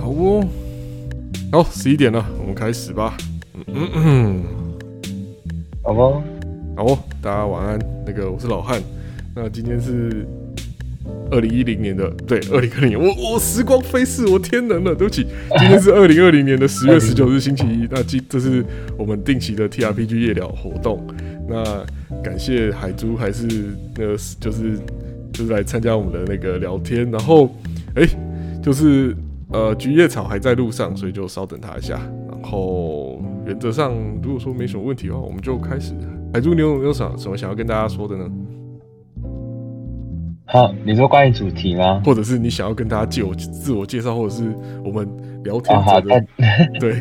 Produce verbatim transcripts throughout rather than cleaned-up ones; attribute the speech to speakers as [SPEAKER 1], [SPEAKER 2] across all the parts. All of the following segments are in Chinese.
[SPEAKER 1] 好哦，好，十一点了，我们开始吧。嗯嗯嗯，
[SPEAKER 2] 好不？
[SPEAKER 1] 好哦，大家晚安。那个我是老汉，那今天是二零一零年的，对，二零二零年，我我时光飞逝，我天能了，对不起，今天是二零二零年的十月十九日星期一，那今这是我们定期的 T R P G 夜聊活动。那感谢海珠还是那个就是就是来参加我们的那个聊天，然后哎、欸、就是呃菊叶草还在路上，所以就稍等他一下。然后原则上如果说没什么问题的话，我们就开始。海珠，你有有什么想要跟大家说的呢？
[SPEAKER 2] 好，你说关于主题吗？
[SPEAKER 1] 或者是你想要跟大家介我自我介绍，或者是我们聊天者的、哦、对。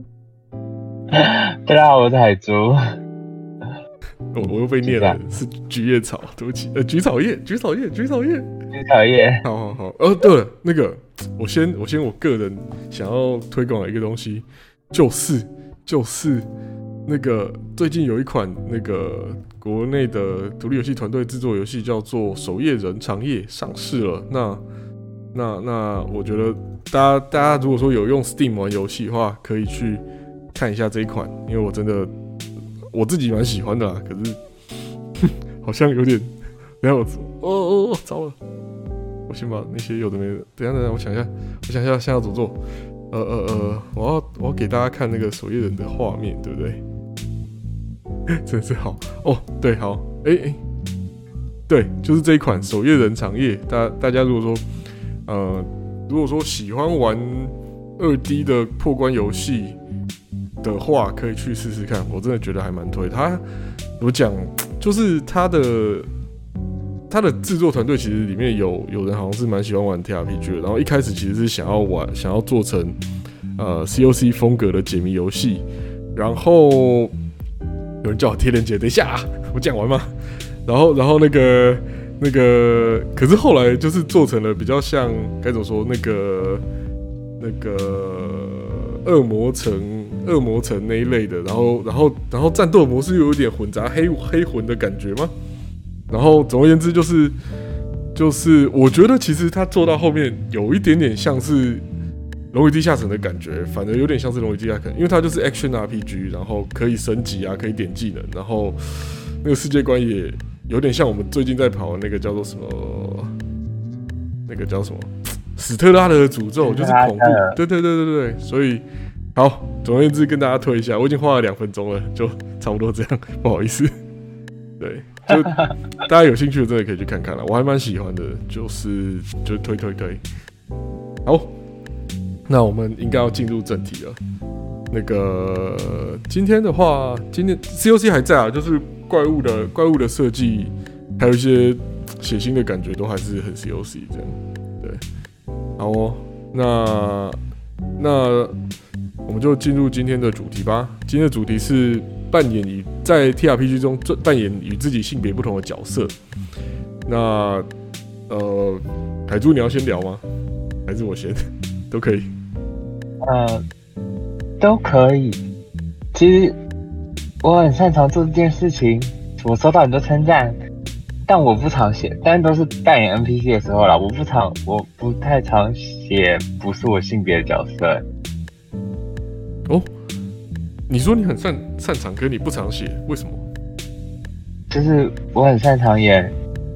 [SPEAKER 2] 大家好，我是海珠。
[SPEAKER 1] 我我又被念了，是菊叶草，对不起，呃，菊草叶，菊草叶，菊草叶，
[SPEAKER 2] 菊草叶。
[SPEAKER 1] 好好好，哦，对了，那个，我先我先我个人想要推广的一个东西，就是就是那个最近有一款那个国内的独立游戏团队制作游戏叫做《守夜人长夜》上市了。那那那，我觉得大家大家如果说有用 Steam 玩游戏的话，可以去看一下这一款，因为我真的。我自己蛮喜欢的啦，可是好像有点，等一下我哦哦哦，糟了！我先把那些有的没的，等一下等一下，我想一下，我想一下现在要怎么做？呃呃呃，我要我要给大家看那个守夜人的画面，对不对？真是好哦，对，好，哎、欸、哎、欸，对，就是这一款守夜人长夜，大家大家如果说呃如果说喜欢玩二 D 的破关游戏的话，可以去试试看，我真的觉得还蛮推。他怎么讲，就是他的他的制作团队其实里面有有人好像是蛮喜欢玩 T R P G 的，然后一开始其实是想要玩，想要做成呃 C O C 风格的解谜游戏，然后有人叫我贴链接，等一下、啊，我讲完吗？然后然后那个那个，可是后来就是做成了比较像该怎么说那个那个恶魔城。恶魔城那一类的，然后，然后，然后战斗模式又有点混杂黑黑魂的感觉吗？然后总而言之，就是就是我觉得其实他做到后面有一点点像是《龙与地下城》的感觉，反而有点像是《龙与地下城》，因为它就是 Action R P G， 然后可以升级啊，可以点技能，然后那个世界观也有点像我们最近在跑的那个叫做什么，那个叫什么史特拉的诅咒，就是恐怖，对对对对对，所以。好，总而言之跟大家推一下，我已经花了两分钟了，就差不多这样，不好意思。对，就大家有兴趣的真的可以去看看啦，我还蛮喜欢的，就是就推推推。好，那我们应该要进入正题了。那个今天的话，今天 C O C 还在啊，就是怪物的怪物的设计，还有一些血腥的感觉，都还是很 C O C 这样。对，好哦，那那。我们就进入今天的主题吧。今天的主题是扮演与在 T R P G 中扮演与自己性别不同的角色。那呃，海珠你要先聊吗？还是我先？都可以。
[SPEAKER 2] 呃，都可以。其实我很擅长做这件事情，我收到很多称赞，但我不常写，但都是扮演 N P C 的时候啦。我不常，我不太常写不是我性别的角色。
[SPEAKER 1] 哦，你说你很擅擅长，可是你不常写，为什么？
[SPEAKER 2] 就是我很擅长演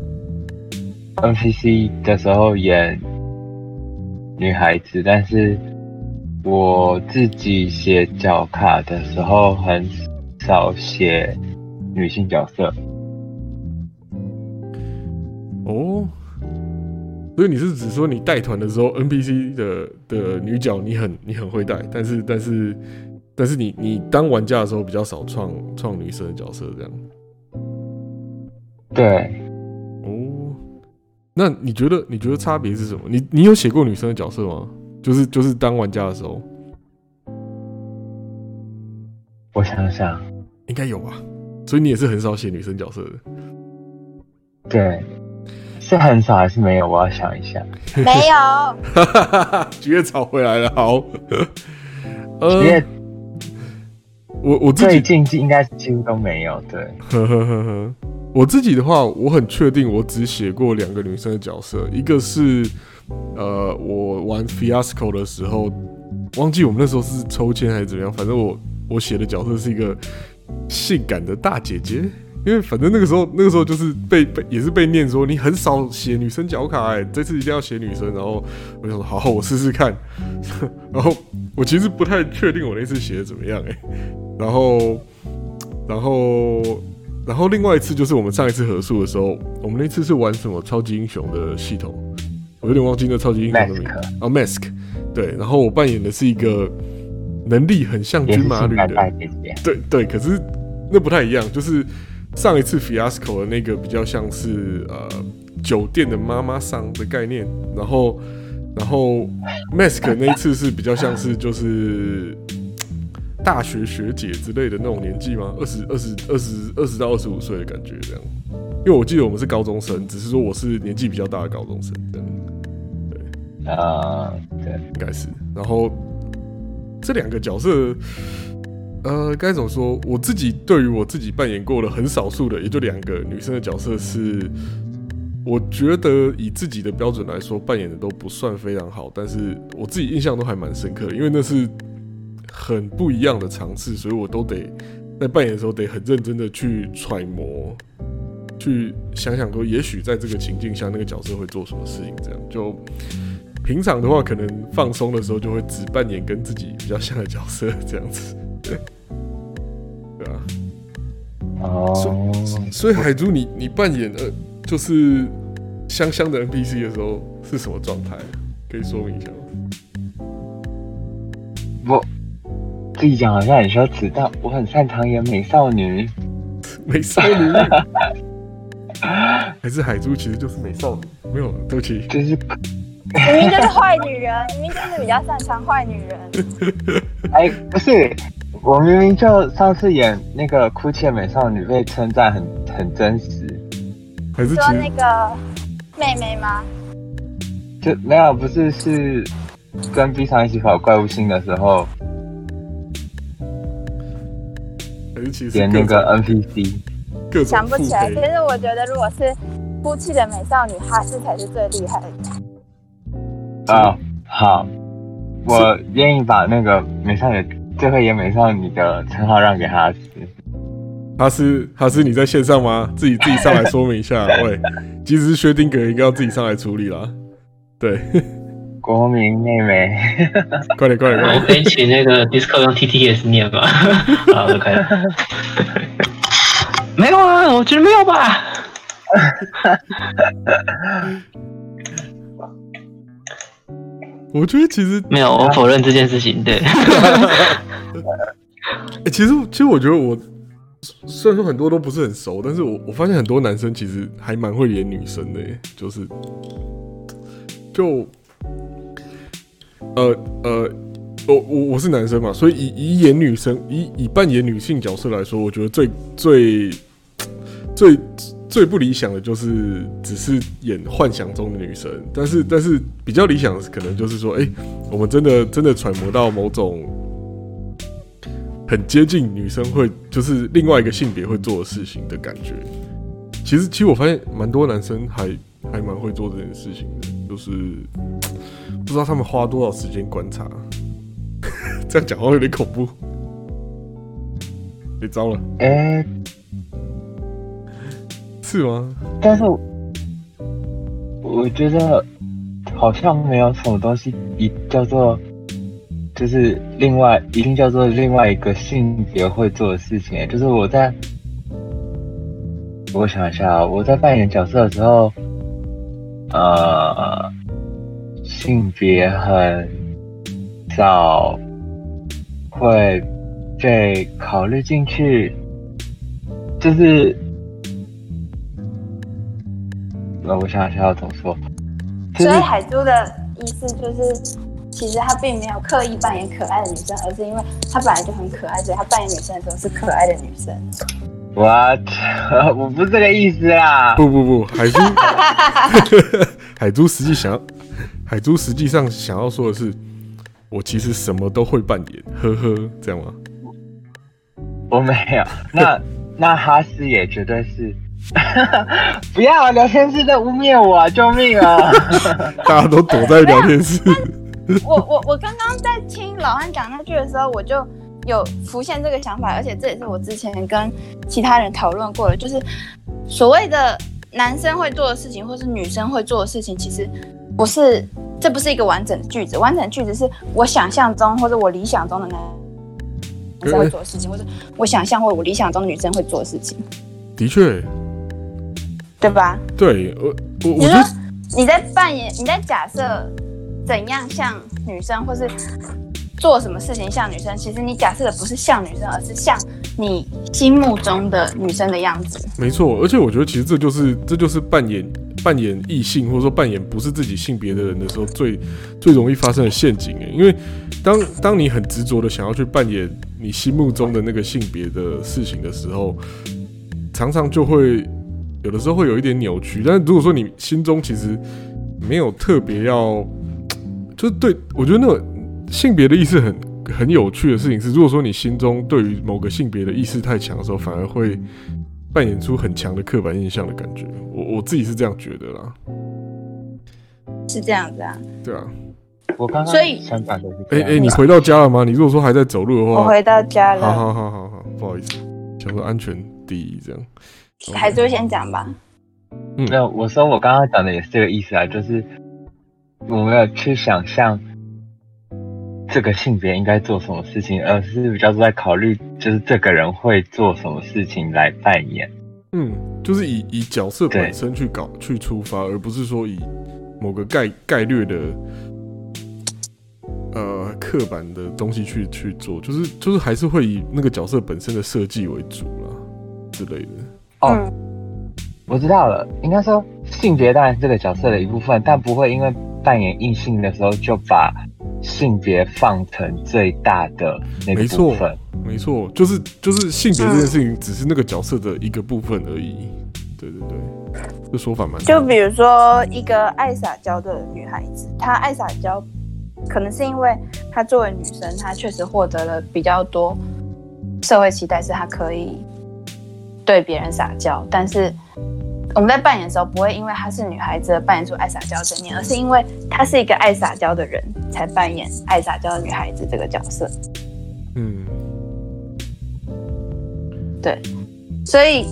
[SPEAKER 2] N P C 的时候演女孩子，但是我自己写角卡的时候很少写女性角色。
[SPEAKER 1] 哦，所以你是指说你带团的时候 ，N P C 的的女角你很你很会带，但是但是但是你你当玩家的时候比较少创创女生的角色这样。
[SPEAKER 2] 对。
[SPEAKER 1] 哦，那你觉得你觉得差别是什么？你你有写过女生的角色吗？就是就是当玩家的时候。
[SPEAKER 2] 我想想，
[SPEAKER 1] 应该有吧。所以你也是很少写女生角色的。
[SPEAKER 2] 对。是很少还是没有？我要想一下。
[SPEAKER 3] 没有。
[SPEAKER 1] 菊叶草回来了，好。
[SPEAKER 2] 呃，
[SPEAKER 1] 我我自己
[SPEAKER 2] 最近应该是几乎都没有。对。
[SPEAKER 1] 呵呵呵呵。我自己的话，我很确定，我只写过两个女生的角色，一个是呃，我玩 Fiasco 的时候，忘记我们那时候是抽签还是怎么样，反正我我写的角色是一个性感的大姐姐。因为反正那个时候，那个时候就是被被也是被念说你很少写女生角卡哎、欸，这次一定要写女生。然后我想说好，我试试看。然后我其实不太确定我那次写的怎么样哎、欸。然后，然后，然后另外一次就是我们上一次合宿的时候，我们那次是玩什么超级英雄的系统，我有点忘记那超级英雄的名字啊 ，Mask。对，然后我扮演的是一个能力很像军马吕的，对对，可是那不太一样，就是。上一次 Fiasco 的那个比较像是呃酒店的妈妈桑的概念，然后然后 Mask 那一次是比较像是就是大学学姐之类的那种年纪吗？二十二十二十二十到二十五岁的感觉这样。因为我记得我们是高中生，只是说我是年纪比较大的高中生这样。对啊，对，应该是。然后这两个角色。呃，该怎么说？我自己对于我自己扮演过的很少数的，也就两个女生的角色是，我觉得以自己的标准来说，扮演的都不算非常好，但是我自己印象都还蛮深刻的，因为那是很不一样的尝试，所以我都得在扮演的时候得很认真的去揣摩，去想想说，也许在这个情境下，那个角色会做什么事情，这样就。平常的话，可能放松的时候就会只扮演跟自己比较像的角色，这样子。对，对啊。哦。所以，所以海珠你，你你扮演呃，就是香香的 N P C 的时候是什么状态？可以说明一下吗？
[SPEAKER 2] 我自己讲好像很羞耻，但我很擅长演美少女。
[SPEAKER 1] 美少女？还是海珠其实就是美少女？没有，对不起。
[SPEAKER 2] 就是。
[SPEAKER 3] 明明就是坏女人，明明就是比较擅长坏女人。
[SPEAKER 2] 哎，不是，我明明就上次演那个哭泣的美少女被称赞很很真实。
[SPEAKER 1] 还是
[SPEAKER 3] 说那个妹妹吗？
[SPEAKER 2] 就没有，不是是跟 B 厂一起跑怪物星的时候，
[SPEAKER 1] 还是其实
[SPEAKER 2] 演那个 N P C。
[SPEAKER 3] 想不起来，其实我觉得如果是哭泣的美少女，哈斯才是最厉害的。
[SPEAKER 2] 啊、哦，好，我愿意把那个美少女最会演美少女的称号让给哈斯。
[SPEAKER 1] 哈斯，哈斯，你在线上吗？自己自己上来说明一下。喂，即使是薛定谔，应该要自己上来处理啦。对，
[SPEAKER 2] 国民妹妹，
[SPEAKER 1] 快点快点快点！
[SPEAKER 4] 我可以请那个 Discord 用 T T S 念吧。好，我开了。没有啊，我觉得没有吧。
[SPEAKER 1] 我觉得其实
[SPEAKER 4] 没有，我否认这件事情。对，
[SPEAKER 1] 欸、其实其实我觉得我虽然说很多都不是很熟，但是我我发现很多男生其实还蛮会演女生的耶，就是就呃呃，我我我是男生嘛，所以以以演女生以以扮演女性角色来说，我觉得最最最。最不理想的就是只是演幻想中的女生，但是但是比较理想的可能就是说，哎、欸，我们真的真的揣摩到某种很接近女生会就是另外一个性别会做的事情的感觉。其实其实我发现蛮多男生还还蛮会做这件事情的，就是不知道他们花多少时间观察。这样讲话有点恐怖。别糟了。
[SPEAKER 2] 哎、欸。
[SPEAKER 1] 是吗？
[SPEAKER 2] 但是我觉得好像没有什么东西一叫做，就是另外一定叫做另外一个性别会做的事情。就是我在，我想一下，我在扮演角色的时候，呃，性别很少会被考虑进去，就是。那我想一下要怎么说。
[SPEAKER 3] 所以海珠的意思就是，其实他并没有刻意扮演可爱的女生，而是因为他本来就很可爱，所以他扮演女生的时候是可爱的女生。
[SPEAKER 2] What？ 我不是这个意思啦。
[SPEAKER 1] 不不不，海珠，海珠实际想要，海珠实际上想要说的是，我其实什么都会扮演，呵呵，这样吗？
[SPEAKER 2] 我没有。那那哈斯也绝对是不要啊！聊天室在污蔑我啊！救命啊！
[SPEAKER 1] 大家都躲在聊天室。
[SPEAKER 3] 我我我刚刚在听老汉讲那句的时候，我就有浮现这个想法，而且这也是我之前跟其他人讨论过的，就是所谓的男生会做的事情，或是女生会做的事情，其实不是，这不是一个完整的句子。完整的句子是我想象中或者我理想中的男生会做的事情，或者我想象或我理想中的女生会做的事情。
[SPEAKER 1] 的确，
[SPEAKER 3] 对吧？
[SPEAKER 1] 对，我我
[SPEAKER 3] 你说你在扮演，你在假设怎样像女生，或是做什么事情像女生，其实你假设的不是像女生，而是像你心目中的女生的样子。
[SPEAKER 1] 没错，而且我觉得其实这就是这就是扮演扮演异性，或者说扮演不是自己性别的人的时候，最最容易发生的陷阱哎，因为当当你很执着的想要去扮演你心目中的那个性别的事情的时候，常常就会有的时候会有一点扭曲。但是如果说你心中其实没有特别要，就是对我觉得那个性别的意识很很有趣的事情是，如果说你心中对于某个性别的意识太强的时候，反而会扮演出很强的刻板印象的感觉。我我自己是这样觉得啦。
[SPEAKER 3] 是这样子啊。
[SPEAKER 1] 对啊。
[SPEAKER 2] 我刚刚
[SPEAKER 3] 所以
[SPEAKER 2] 想法都是
[SPEAKER 1] 哎哎、欸欸，你回到家了吗？你如果说还在走路的话，
[SPEAKER 3] 我回到家了。
[SPEAKER 1] 好好好好好，不好意思，想说安全第一这样。
[SPEAKER 3] 还是先讲吧。
[SPEAKER 2] 嗯，没有，我说我刚刚讲的也是这个意思啊，就是我没有去想象这个性别应该做什么事情，而是比较在考虑就是这个人会做什么事情来扮演。
[SPEAKER 1] 嗯，就是以以角色本身去搞去出发，而不是说以某个概概略的呃刻板的东西去去做，就是就是还是会以那个角色本身的设计为主啦之类的。
[SPEAKER 2] 哦，
[SPEAKER 3] 嗯，
[SPEAKER 2] 我知道了，应该说性别当然是这个角色的一部分，但不会因为扮演异性的时候就把性别放成最大的那个部分。
[SPEAKER 1] 没错，就是就是性别这件事情只是那个角色的一个部分而已。对对对，这说法蛮。
[SPEAKER 3] 就比如说一个爱撒娇的女孩子，她爱撒娇，可能是因为她作为女生，她确实获得了比较多社会期待，是她可以对别人撒娇。但是我们在扮演的时候，不会因为她是女孩子而扮演出爱撒娇这面，而是因为她是一个爱撒娇的人，才扮演爱撒娇的女孩子这个角色。
[SPEAKER 1] 嗯，
[SPEAKER 3] 对，所以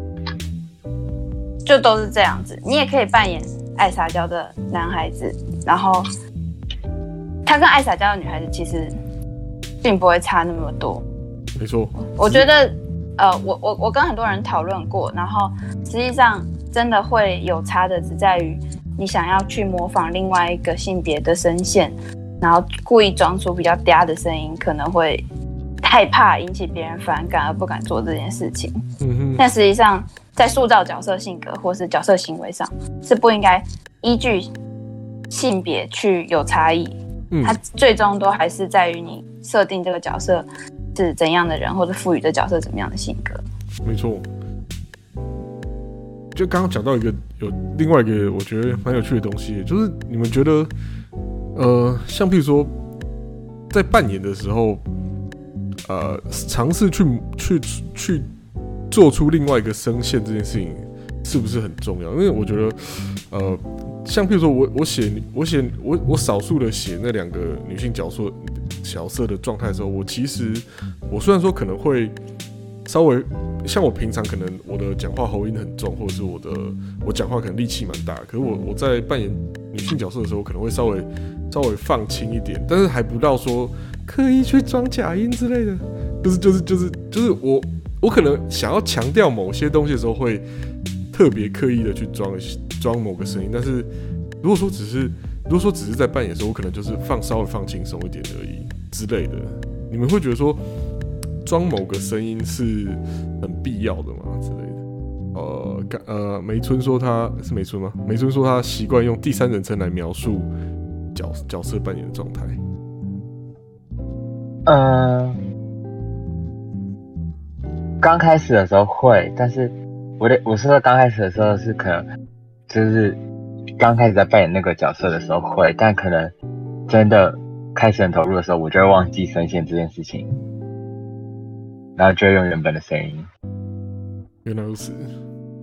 [SPEAKER 3] 就都是这样子。你也可以扮演爱撒娇的男孩子，然后他跟爱撒娇的女孩子其实并不会差那么多。
[SPEAKER 1] 没错，
[SPEAKER 3] 我觉得，呃，我我我跟很多人讨论过，然后实际上真的会有差的，只在于你想要去模仿另外一个性别的声线，然后故意装出比较嗲的声音，可能会害怕引起别人反感而不敢做这件事情。
[SPEAKER 1] 嗯哼，
[SPEAKER 3] 但实际上，在塑造角色性格或是角色行为上，是不应该依据性别去有差异。嗯，它最终都还是在于你设定这个角色是怎样的人，或者赋予这角色怎么样的性格。
[SPEAKER 1] 没错。就刚刚讲到一个有另外一个我觉得蛮有趣的东西，就是你们觉得，呃，像譬如说，在扮演的时候，呃，尝试去去去做出另外一个声线这件事情，是不是很重要？因为我觉得，呃，像譬如说我我写我写我我少数的写那两个女性角色角色的状态的时候，我其实我虽然说可能会稍微像我平常可能我的讲话喉音很重，或者是我的我讲话可能力气蛮大，可是我我在扮演女性角色的时候，我可能会稍微稍微放轻一点，但是还不到说刻意去装假音之类的，就是就是就是就是我我可能想要强调某些东西的时候，会特别刻意的去装装某个声音，但是如果说只是如果说只是在扮演的时候，我可能就是放稍微放轻松一点而已之类的，你们会觉得说装某个声音是很必要的吗之类的？呃，呃，梅村说他是梅村吗？梅村说他习惯用第三人称来描述角角色扮演的状态。
[SPEAKER 2] 嗯，刚开始的时候会，但是我的我说的刚开始的时候是可能就是刚开始在扮演那个角色的时候会，但可能真的开始很投入的时候，我就会忘记声线这件事情。然后就用原本的声音。
[SPEAKER 1] 原来如此。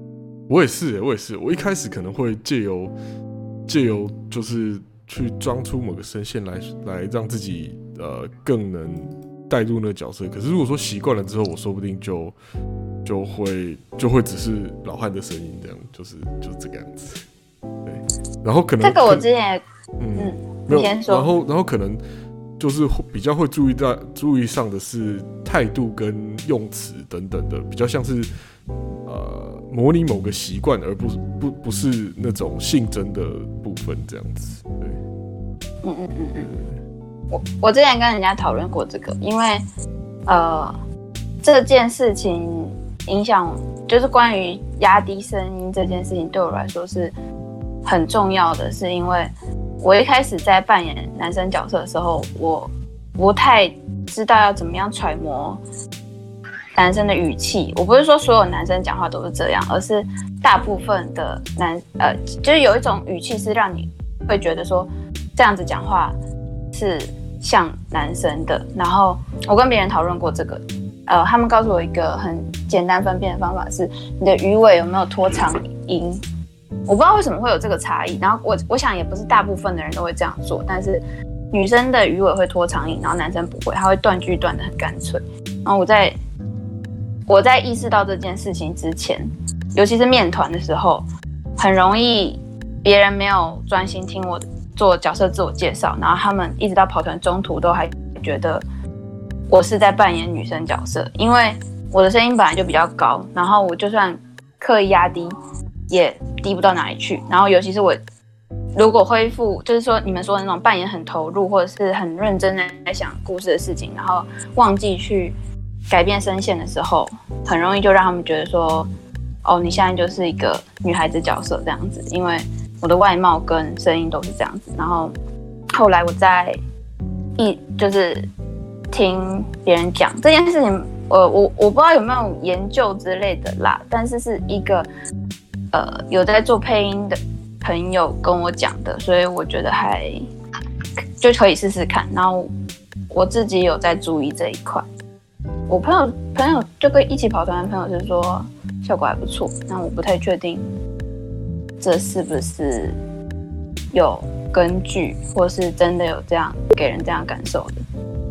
[SPEAKER 1] 我也是，我也是，我一开始可能会借由借由就是去装出某个声线来来让自己呃更能带入那个角色。可是如果说习惯了之后，我说不定就就会就会只是老汉的声音这样，就是就是这个样子。对，然后可能
[SPEAKER 3] 这个我之前也
[SPEAKER 1] 嗯。
[SPEAKER 3] 嗯，
[SPEAKER 1] 没有，
[SPEAKER 3] 你先说。
[SPEAKER 1] 然后，然后可能就是比较会注意到、注意上的是态度跟用词等等的，比较像是呃模拟某个习惯，而不是不不是那种性征的部分这样子。对，
[SPEAKER 3] 嗯嗯嗯嗯。我我之前跟人家讨论过这个，因为呃这件事情影响，就是关于压低声音这件事情，对我来说是很重要的，是因为。我一开始在扮演男生角色的时候，我不太知道要怎么样揣摩男生的语气。我不是说所有男生讲话都是这样，而是大部分的男呃，就是有一种语气是让你会觉得说这样子讲话是像男生的。然后我跟别人讨论过这个，呃，他们告诉我一个很简单分辨的方法是，你的鱼尾有没有拖长音。我不知道为什么会有这个差异，然后我我想也不是大部分的人都会这样做，但是女生的鱼尾会拖长音，然后男生不会，他会断句断得很干脆。然后我在我在意识到这件事情之前，尤其是面团的时候，很容易别人没有专心听我做角色自我介绍，然后他们一直到跑团中途都还觉得我是在扮演女生角色，因为我的声音本来就比较高，然后我就算刻意压低也低不到哪里去。然后尤其是我如果恢复，就是说你们说的那种扮演很投入或者是很认真的在想故事的事情，然后忘记去改变声线的时候，很容易就让他们觉得说，哦，你现在就是一个女孩子角色这样子，因为我的外貌跟声音都是这样子。然后后来我在一就是听别人讲这件事情，呃，我我不知道有没有研究之类的啦，但是是一个呃有在做配音的朋友跟我讲的，所以我觉得还就可以试试看。然后我自己有在注意这一块，我朋友朋友就跟一起跑团的朋友是说效果还不错，那我不太确定这是不是有根据，或是真的有这样给人这样感受的。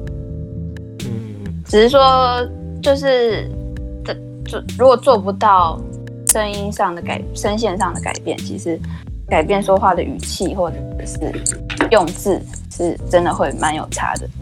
[SPEAKER 1] 嗯，
[SPEAKER 3] 只是说就是就如果做不到声音上的改声线上的改变，其实改变说话的语气或者是用字是真的会蛮有差的。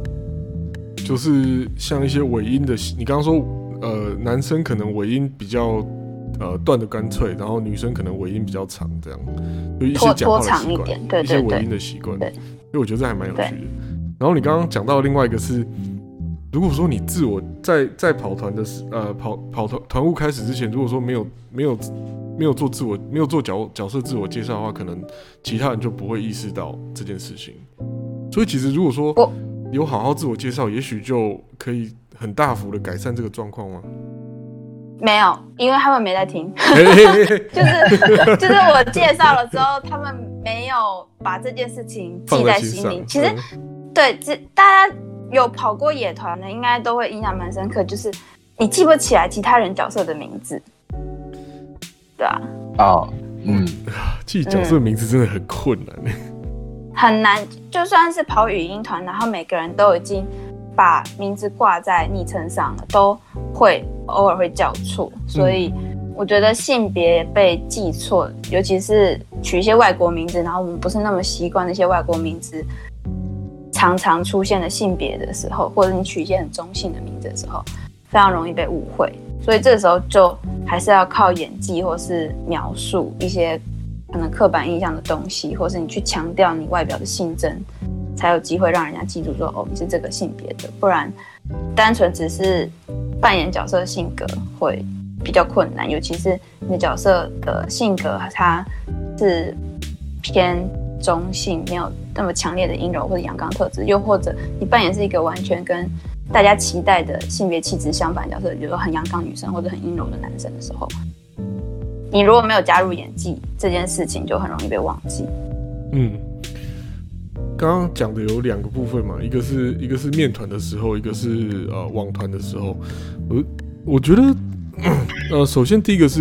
[SPEAKER 1] 就是像一些尾音的，你刚刚说呃男生可能尾音比较呃断得干脆，然后女生可能尾音比较长，这样就一些讲话的习惯，一些尾音的习惯，所以我觉得这还蛮有趣的。然后你刚刚讲到另外一个是，如果说你自我在在跑团的呃跑跑团团务开始之前，如果说没有没有没有做自我没有做角角色自我介绍的话，可能其他人就不会意识到这件事情。所以其实如果说有好好自我介绍，也许就可以很大幅的改善这个状况吗？
[SPEAKER 3] 没有，因为他们没在听，就是就是我介绍了之后，他们没有把这件事情记在心里。其实，嗯、对，大家有跑过野团的，应该都会印象蛮深刻，就是你记不起来其他人角色的名字，对啊。
[SPEAKER 2] 哦，嗯，
[SPEAKER 1] 记角色名字真的很困难、嗯，
[SPEAKER 3] 很难。就算是跑语音团，然后每个人都已经把名字挂在昵称上了，都会偶尔会叫错，所以我觉得性别被记错，尤其是取一些外国名字，然后我们不是那么习惯那些外国名字常常出现的性别的时候，或者你取一些很中性的名字的时候，非常容易被误会。所以这个时候就还是要靠演技，或是描述一些可能刻板印象的东西，或是你去强调你外表的性征，才有机会让人家记住说，哦，你是这个性别的，不然单纯只是扮演角色性格会比较困难，尤其是你的角色的性格它是偏中性，没有那么强烈的阴柔或者阳刚特质，又或者你扮演是一个完全跟大家期待的性别气质相反的角色，比如说很阳刚女生或者很阴柔的男生的时候，你如果没有加入演技，这件事情就很容易被忘记。嗯。
[SPEAKER 1] 刚刚讲的有两个部分嘛，一个是一个是面团的时候，一个是呃网团的时候。我我觉得，呃，首先第一个是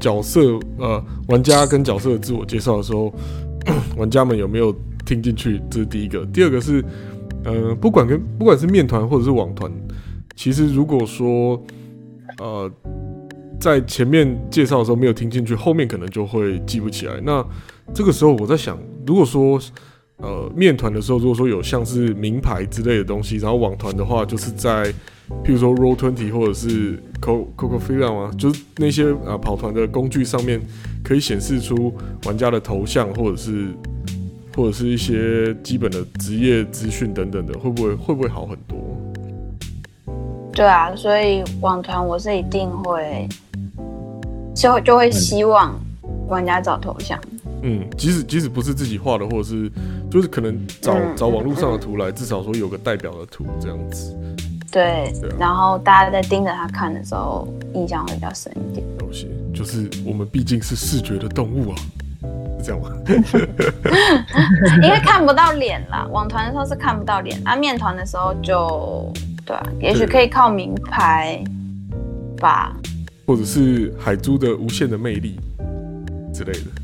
[SPEAKER 1] 角色呃玩家跟角色的自我介绍的时候，玩家们有没有听进去？这是第一个。第二个是呃不管跟不管是面团或者是网团，其实如果说呃在前面介绍的时候没有听进去，后面可能就会记不起来。那这个时候我在想，如果说呃面团的时候，如果说有像是名牌之类的东西，然后网团的话，就是在譬如说 Roll 二十 或者是 Coco-Fila 嘛，就是那些呃跑团的工具上面可以显示出玩家的头像，或者是或者是一些基本的职业资讯等等的，会不会会不会好很多？
[SPEAKER 3] 对啊，所以网团我是一定会，就就会希望玩家找头像。
[SPEAKER 1] 嗯，即使即使不是自己画的，或者是就是可能找、嗯、找网络上的图来，至少说有个代表的图这样子。
[SPEAKER 3] 对，对啊、然后大家在盯着他看的时候，印象会比较深一点。
[SPEAKER 1] 东西就是我们毕竟是视觉的动物啊，是这样吗？
[SPEAKER 3] 因为看不到脸啦，网团的时候是看不到脸，啊，面团的时候就对啊，也许可以靠名牌吧，
[SPEAKER 1] 或者是海珠的无限的魅力之类的。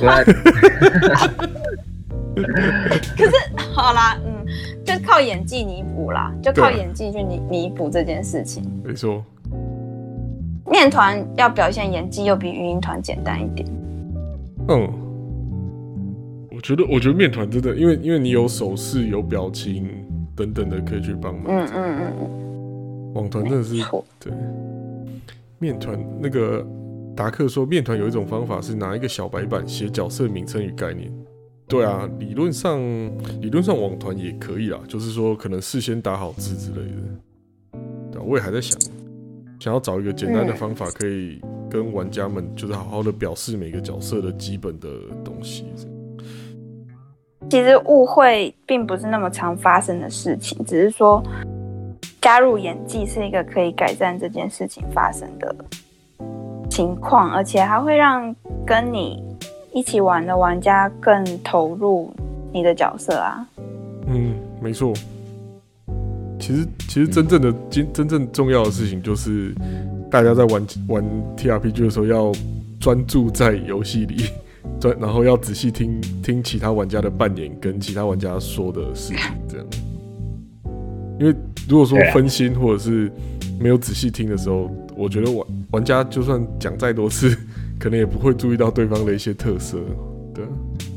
[SPEAKER 3] 可是好啦，嗯，就是靠演技弥补啦，就靠演技去弥补这件事情。
[SPEAKER 1] 没错，
[SPEAKER 3] 面团要表现演技又比语音团简单一点。
[SPEAKER 1] 嗯，我觉得，我觉得面团真的，因为因为你有手势、有表情等等的可以去帮忙。嗯嗯嗯。网团真的是对。面团那个达克说，面团有一种方法是拿一个小白板写角色名称与概念。对啊，理论上理论上网团也可以啦，就是说可能事先打好字之类的。对啊，我也还在想，想要找一个简单的方法，可以跟玩家们就是好好的表示每个角色的基本的东西。
[SPEAKER 3] 其实误会并不是那么常发生的事情，只是说加入演技是一个可以改善这件事情发生的情况，而且还会让跟你一起玩的玩家更投入你的角色啊。
[SPEAKER 1] 嗯，没错。其实，其实真正的、真真正重要的事情就是，大家在玩玩 T R P G 的时候要专注在游戏里，然后要仔细听听其他玩家的扮演跟其他玩家说的事情，这样。因为如果说分心或者是没有仔细听的时候，我觉得玩玩家就算讲再多次，可能也不会注意到对方的一些特色。对，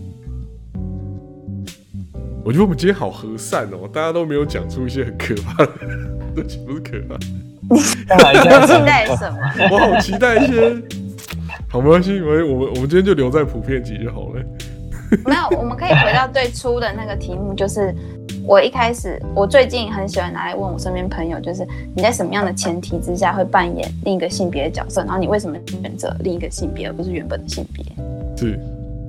[SPEAKER 1] 我觉得我们今天好和善哦，大家都没有讲出一些很可怕的，对不起，不是可怕。
[SPEAKER 3] 你期待什么？
[SPEAKER 1] 我好期待一些。好，没关系，我们我们我们今天就留在普遍级就好了。
[SPEAKER 3] 没有，我们可以回到最初的那个题目，就是我一开始，我最近很喜欢拿来问我身边朋友，就是你在什么样的前提之下会扮演另一个性别的角色，然后你为什么选择另一个性别而不是原本的性别？
[SPEAKER 1] 是，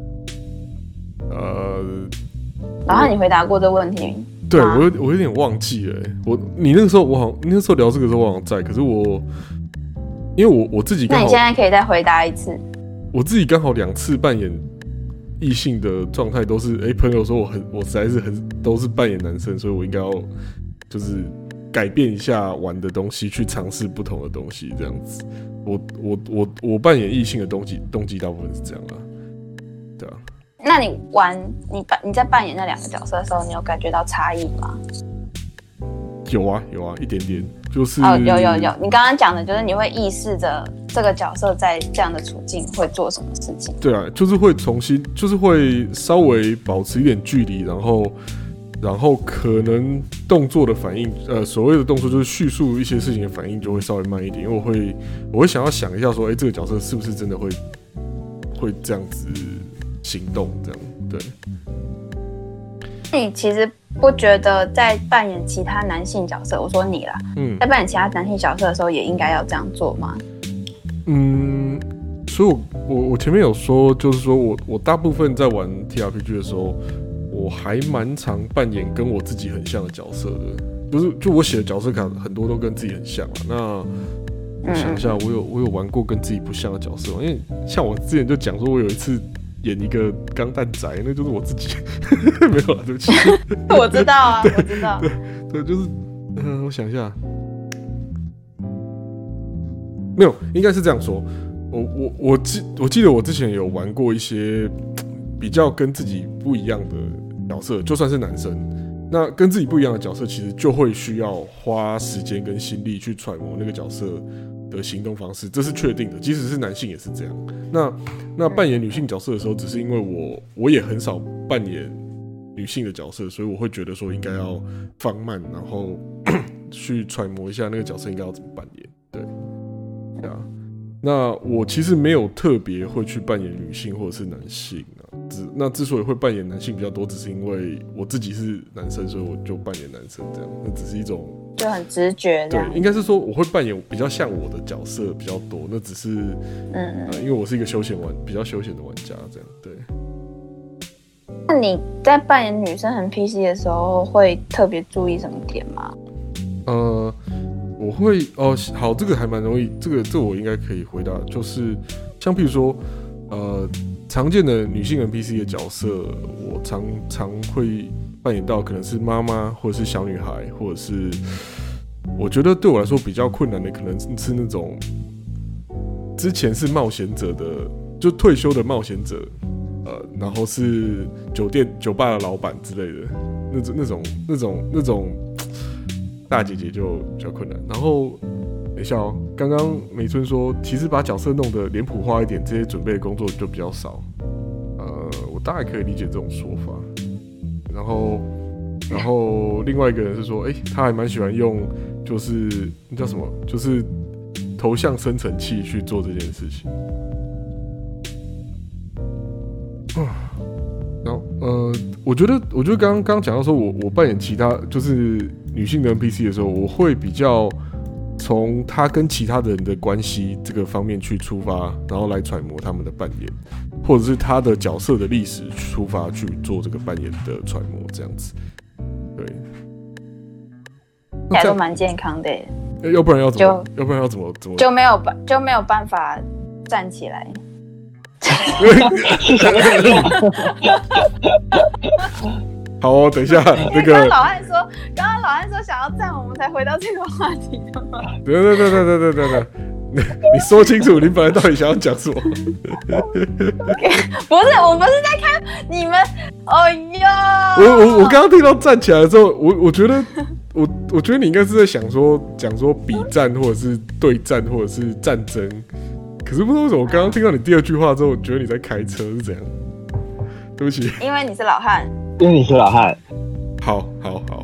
[SPEAKER 1] 呃，
[SPEAKER 3] 然后你回答过这个问题？
[SPEAKER 1] 对，我有我有点忘记了、欸。我你那个时候我好，你那时候聊这个时候我好像在，可是我因为我我自己刚好，
[SPEAKER 3] 那你现在可以再回答一次。
[SPEAKER 1] 我自己刚好两次扮演异性的状态都是，哎、欸，朋友说我很，我实在是很都是扮演男生，所以我应该要就是改变一下玩的东西，去尝试不同的东西，这样子。我我我我扮演异性的动机动机大部分是这样啦，对啊。
[SPEAKER 3] 那你玩你扮你在扮演那两个角色的时候，你有感觉到差异吗？
[SPEAKER 1] 有啊有啊，一点点，就是
[SPEAKER 3] 哦有有有，你刚刚讲的就是你会意识着这个角色在这样的处境会做什么事情。
[SPEAKER 1] 对啊，就是会重新，就是会稍微保持一点距离，然后然后可能动作的反应，呃，所谓的动作就是叙述一些事情的反应就会稍微慢一点，因为我会我会想要想一下说，哎、欸，这个角色是不是真的会会这样子行动，这样对。
[SPEAKER 3] 你其实不觉得在扮演其他男性角色，我说你啦，嗯，在扮演其他男性角色的时候，也应该要这样做吗？
[SPEAKER 1] 嗯，所以我我我前面有说，就是说我我大部分在玩 T R P G 的时候，我还蛮常扮演跟我自己很像的角色的，就是就我写的角色卡很多都跟自己很像啊。那我想一下，我有我有玩过跟自己不像的角色吗？因为像我之前就讲说，我有一次演一个钢弹宅，那就是我自己，没有啦，对不起。
[SPEAKER 3] 我知道啊，我知道。
[SPEAKER 1] 对对，就是，嗯、呃，我想一下，没有，应该是这样说。 我我我记我记得我之前有玩过一些比较跟自己不一样的角色，就算是男生，那跟自己不一样的角色，其实就会需要花时间跟心力去揣摩那个角色的行动方式，这是确定的。即使是男性也是这样。那那扮演女性角色的时候，只是因为我我也很少扮演女性的角色，所以我会觉得说应该要放慢，然后去揣摩一下那个角色应该要怎么扮演。对，对啊。那我其实没有特别会去扮演女性或者是男性啊，只那之所以会扮演男性比较多，只是因为我自己是男生，所以我就扮演男生这样。那只是一种
[SPEAKER 3] 就很直觉这样。
[SPEAKER 1] 对，应该是说我会扮演比较像我的角色比较多，那只是嗯、呃，因为我是一个休闲玩比较休闲的玩家这样。对。
[SPEAKER 3] 那你在扮演女生很 P C 的时候，会特别注意什么点吗？
[SPEAKER 1] 呃。我会哦，好，这个还蛮容易，这个这个我应该可以回答，就是像譬如说，呃，常见的女性 N P C 的角色，我常常会扮演到可能是妈妈，或者是小女孩，或者是我觉得对我来说比较困难的，可能是那种之前是冒险者的，就退休的冒险者，呃，然后是酒店酒吧的老板之类的，那种那种那种那种。大姐姐就比较困难，然后等一下哦，刚刚美春说，其实把角色弄得脸谱化一点，这些准备的工作就比较少。呃，我大概可以理解这种说法。然后，然后另外一个人是说，哎、欸，他还蛮喜欢用，就是那叫什么，就是头像生成器去做这件事情。然后，呃，我觉得，我觉得刚刚刚讲到说我我扮演其他就是女性的 N P C 的时候，我会比较从她跟其他的人的关系这个方面去出发，然后来揣摩他们的扮演，或者是她的角色的历史出发去做这个扮演的揣摩，这样子。对，
[SPEAKER 3] 还都蛮健康的耶。
[SPEAKER 1] 要不然要怎么？要不然要怎么怎么？
[SPEAKER 3] 就没有办就没有办法站起来。
[SPEAKER 1] 好哦，等一下，那个
[SPEAKER 3] 刚刚老汉说，刚刚老汉说想要站，我们才回到这个话题的吗？
[SPEAKER 1] 对对对对对对对对，你你说清楚，你本来到底想要讲什么？
[SPEAKER 3] okay, 不是，我不是在看你们，哎呀！
[SPEAKER 1] 我我我刚刚听到站起来的时候，我我觉得我我觉得你应该是在想说讲说比战或者是对战或者是战争。可是不知道为什么，我刚刚听到你第二句话之后，我觉得你在开车是怎样？对不起，
[SPEAKER 3] 因为你是老汉，
[SPEAKER 2] 因为你是老汉。
[SPEAKER 1] 好，好，好，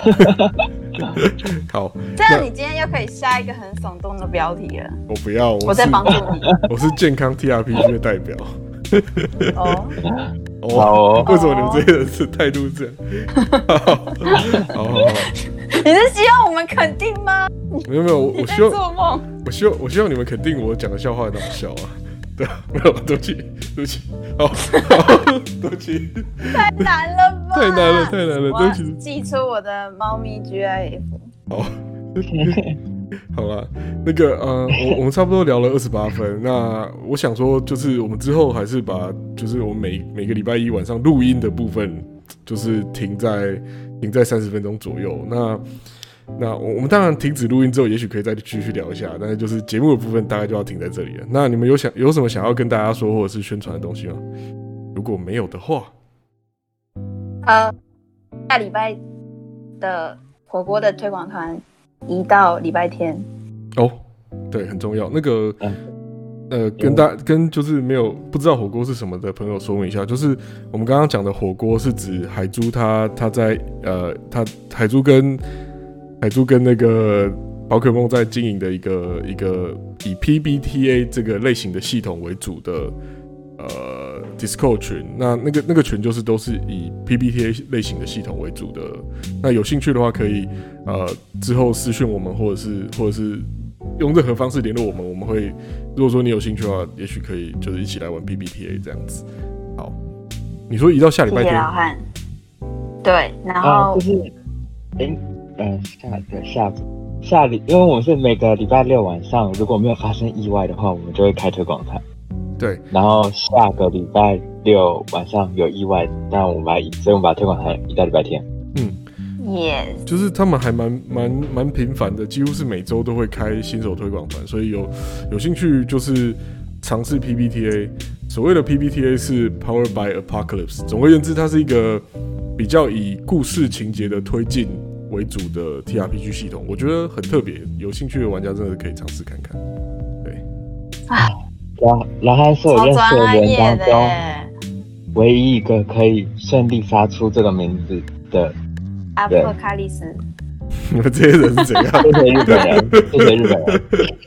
[SPEAKER 1] 好。
[SPEAKER 3] 这样你今天又可以下一个很耸动的标题了。
[SPEAKER 1] 我不要，我,
[SPEAKER 3] 我在帮助你。
[SPEAKER 1] 我是健康 T R P G 的代表。
[SPEAKER 3] 哦，
[SPEAKER 1] 哦，为什么你们这些人是态度这样？好，好，好，好。
[SPEAKER 3] 你是希望我们肯定吗？
[SPEAKER 1] 没有没有，我希望
[SPEAKER 3] 做梦。
[SPEAKER 1] 我希望我希望你们肯定我讲的笑话很好笑啊。对啊，没有，对不起，对不起，好，对不起。
[SPEAKER 3] 太难了吧？
[SPEAKER 1] 太难了，太难了，对不起。
[SPEAKER 3] 寄出我的猫咪 G I F。
[SPEAKER 1] 好，好啦，那个呃，我我们差不多聊了二十八分。那我想说，就是我们之后还是把，就是我们每每个礼拜一晚上录音的部分，就是停在停在三十分钟左右。那那我们当然停止录音之后，也许可以再继续聊一下，但是就是节目的部分大概就要停在这里了。那你们有想有什么想要跟大家说或者是宣传的东西吗？如果没有的话，
[SPEAKER 3] 呃，下礼拜的火锅的推广团移到礼拜天。哦，
[SPEAKER 1] 对，很重要。那个，呃，跟大跟就是没有不知道火锅是什么的朋友说明一下，就是我们刚刚讲的火锅是指海珠他他在呃他海珠跟海珠跟那个宝可梦在经营的一个一个以 P B T A 这个类型的系统为主的呃 Discord 群，那那个那个群就是都是以 P B T A 类型的系统为主的。那有兴趣的话，可以呃之后私讯我们，或者是或者是用任何方式联络我们，我们会如果说你有兴趣的话，也许可以就是一起来玩 P B T A 这样子。好，你说移到下礼拜天，
[SPEAKER 3] 谢谢老汉。对，然后、啊、
[SPEAKER 2] 就是，哎。嗯，下个下下礼，因为我们是每个礼拜六晚上，如果没有发生意外的话，我们就会开推广台。
[SPEAKER 1] 对，
[SPEAKER 2] 然后下个礼拜六晚上有意外，但我们把所以我们把推广台移到礼拜天。
[SPEAKER 1] 嗯
[SPEAKER 3] ，yes，
[SPEAKER 1] 就是他们还蛮蛮蛮频繁的，几乎是每周都会开新手推广团，所以有有兴趣就是尝试 P B T A。所谓的 P B T A 是 Powered by Apocalypse。总而言之，它是一个比较以故事情节的推进为主的 T R P G 系统，我觉得很特别，有兴趣的玩家真的可以尝试看看。对，
[SPEAKER 2] 老老汉是我认识的人当中唯一一个可以顺利发出这个名字的
[SPEAKER 3] 阿波卡利斯。
[SPEAKER 1] 你们这些人是怎样？
[SPEAKER 2] 谢谢日本人，谢谢日本人。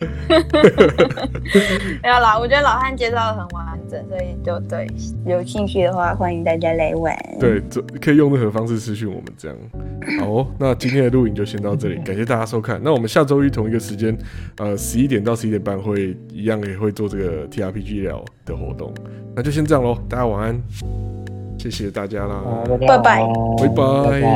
[SPEAKER 3] 没有啦，我觉得老汉介绍的很完整，所以就对有兴趣的话，欢迎大家来玩。
[SPEAKER 1] 对，可以用任何方式私讯我们这样。好、哦，那今天的录影就先到这里，感谢大家收看。那我们下周一同一个时间，呃，十一点到十一点半会一样也会做这个 T R P G 聊的活动。那就先这样喽，大家晚安，谢谢大家啦，
[SPEAKER 2] 拜拜，
[SPEAKER 1] 拜拜。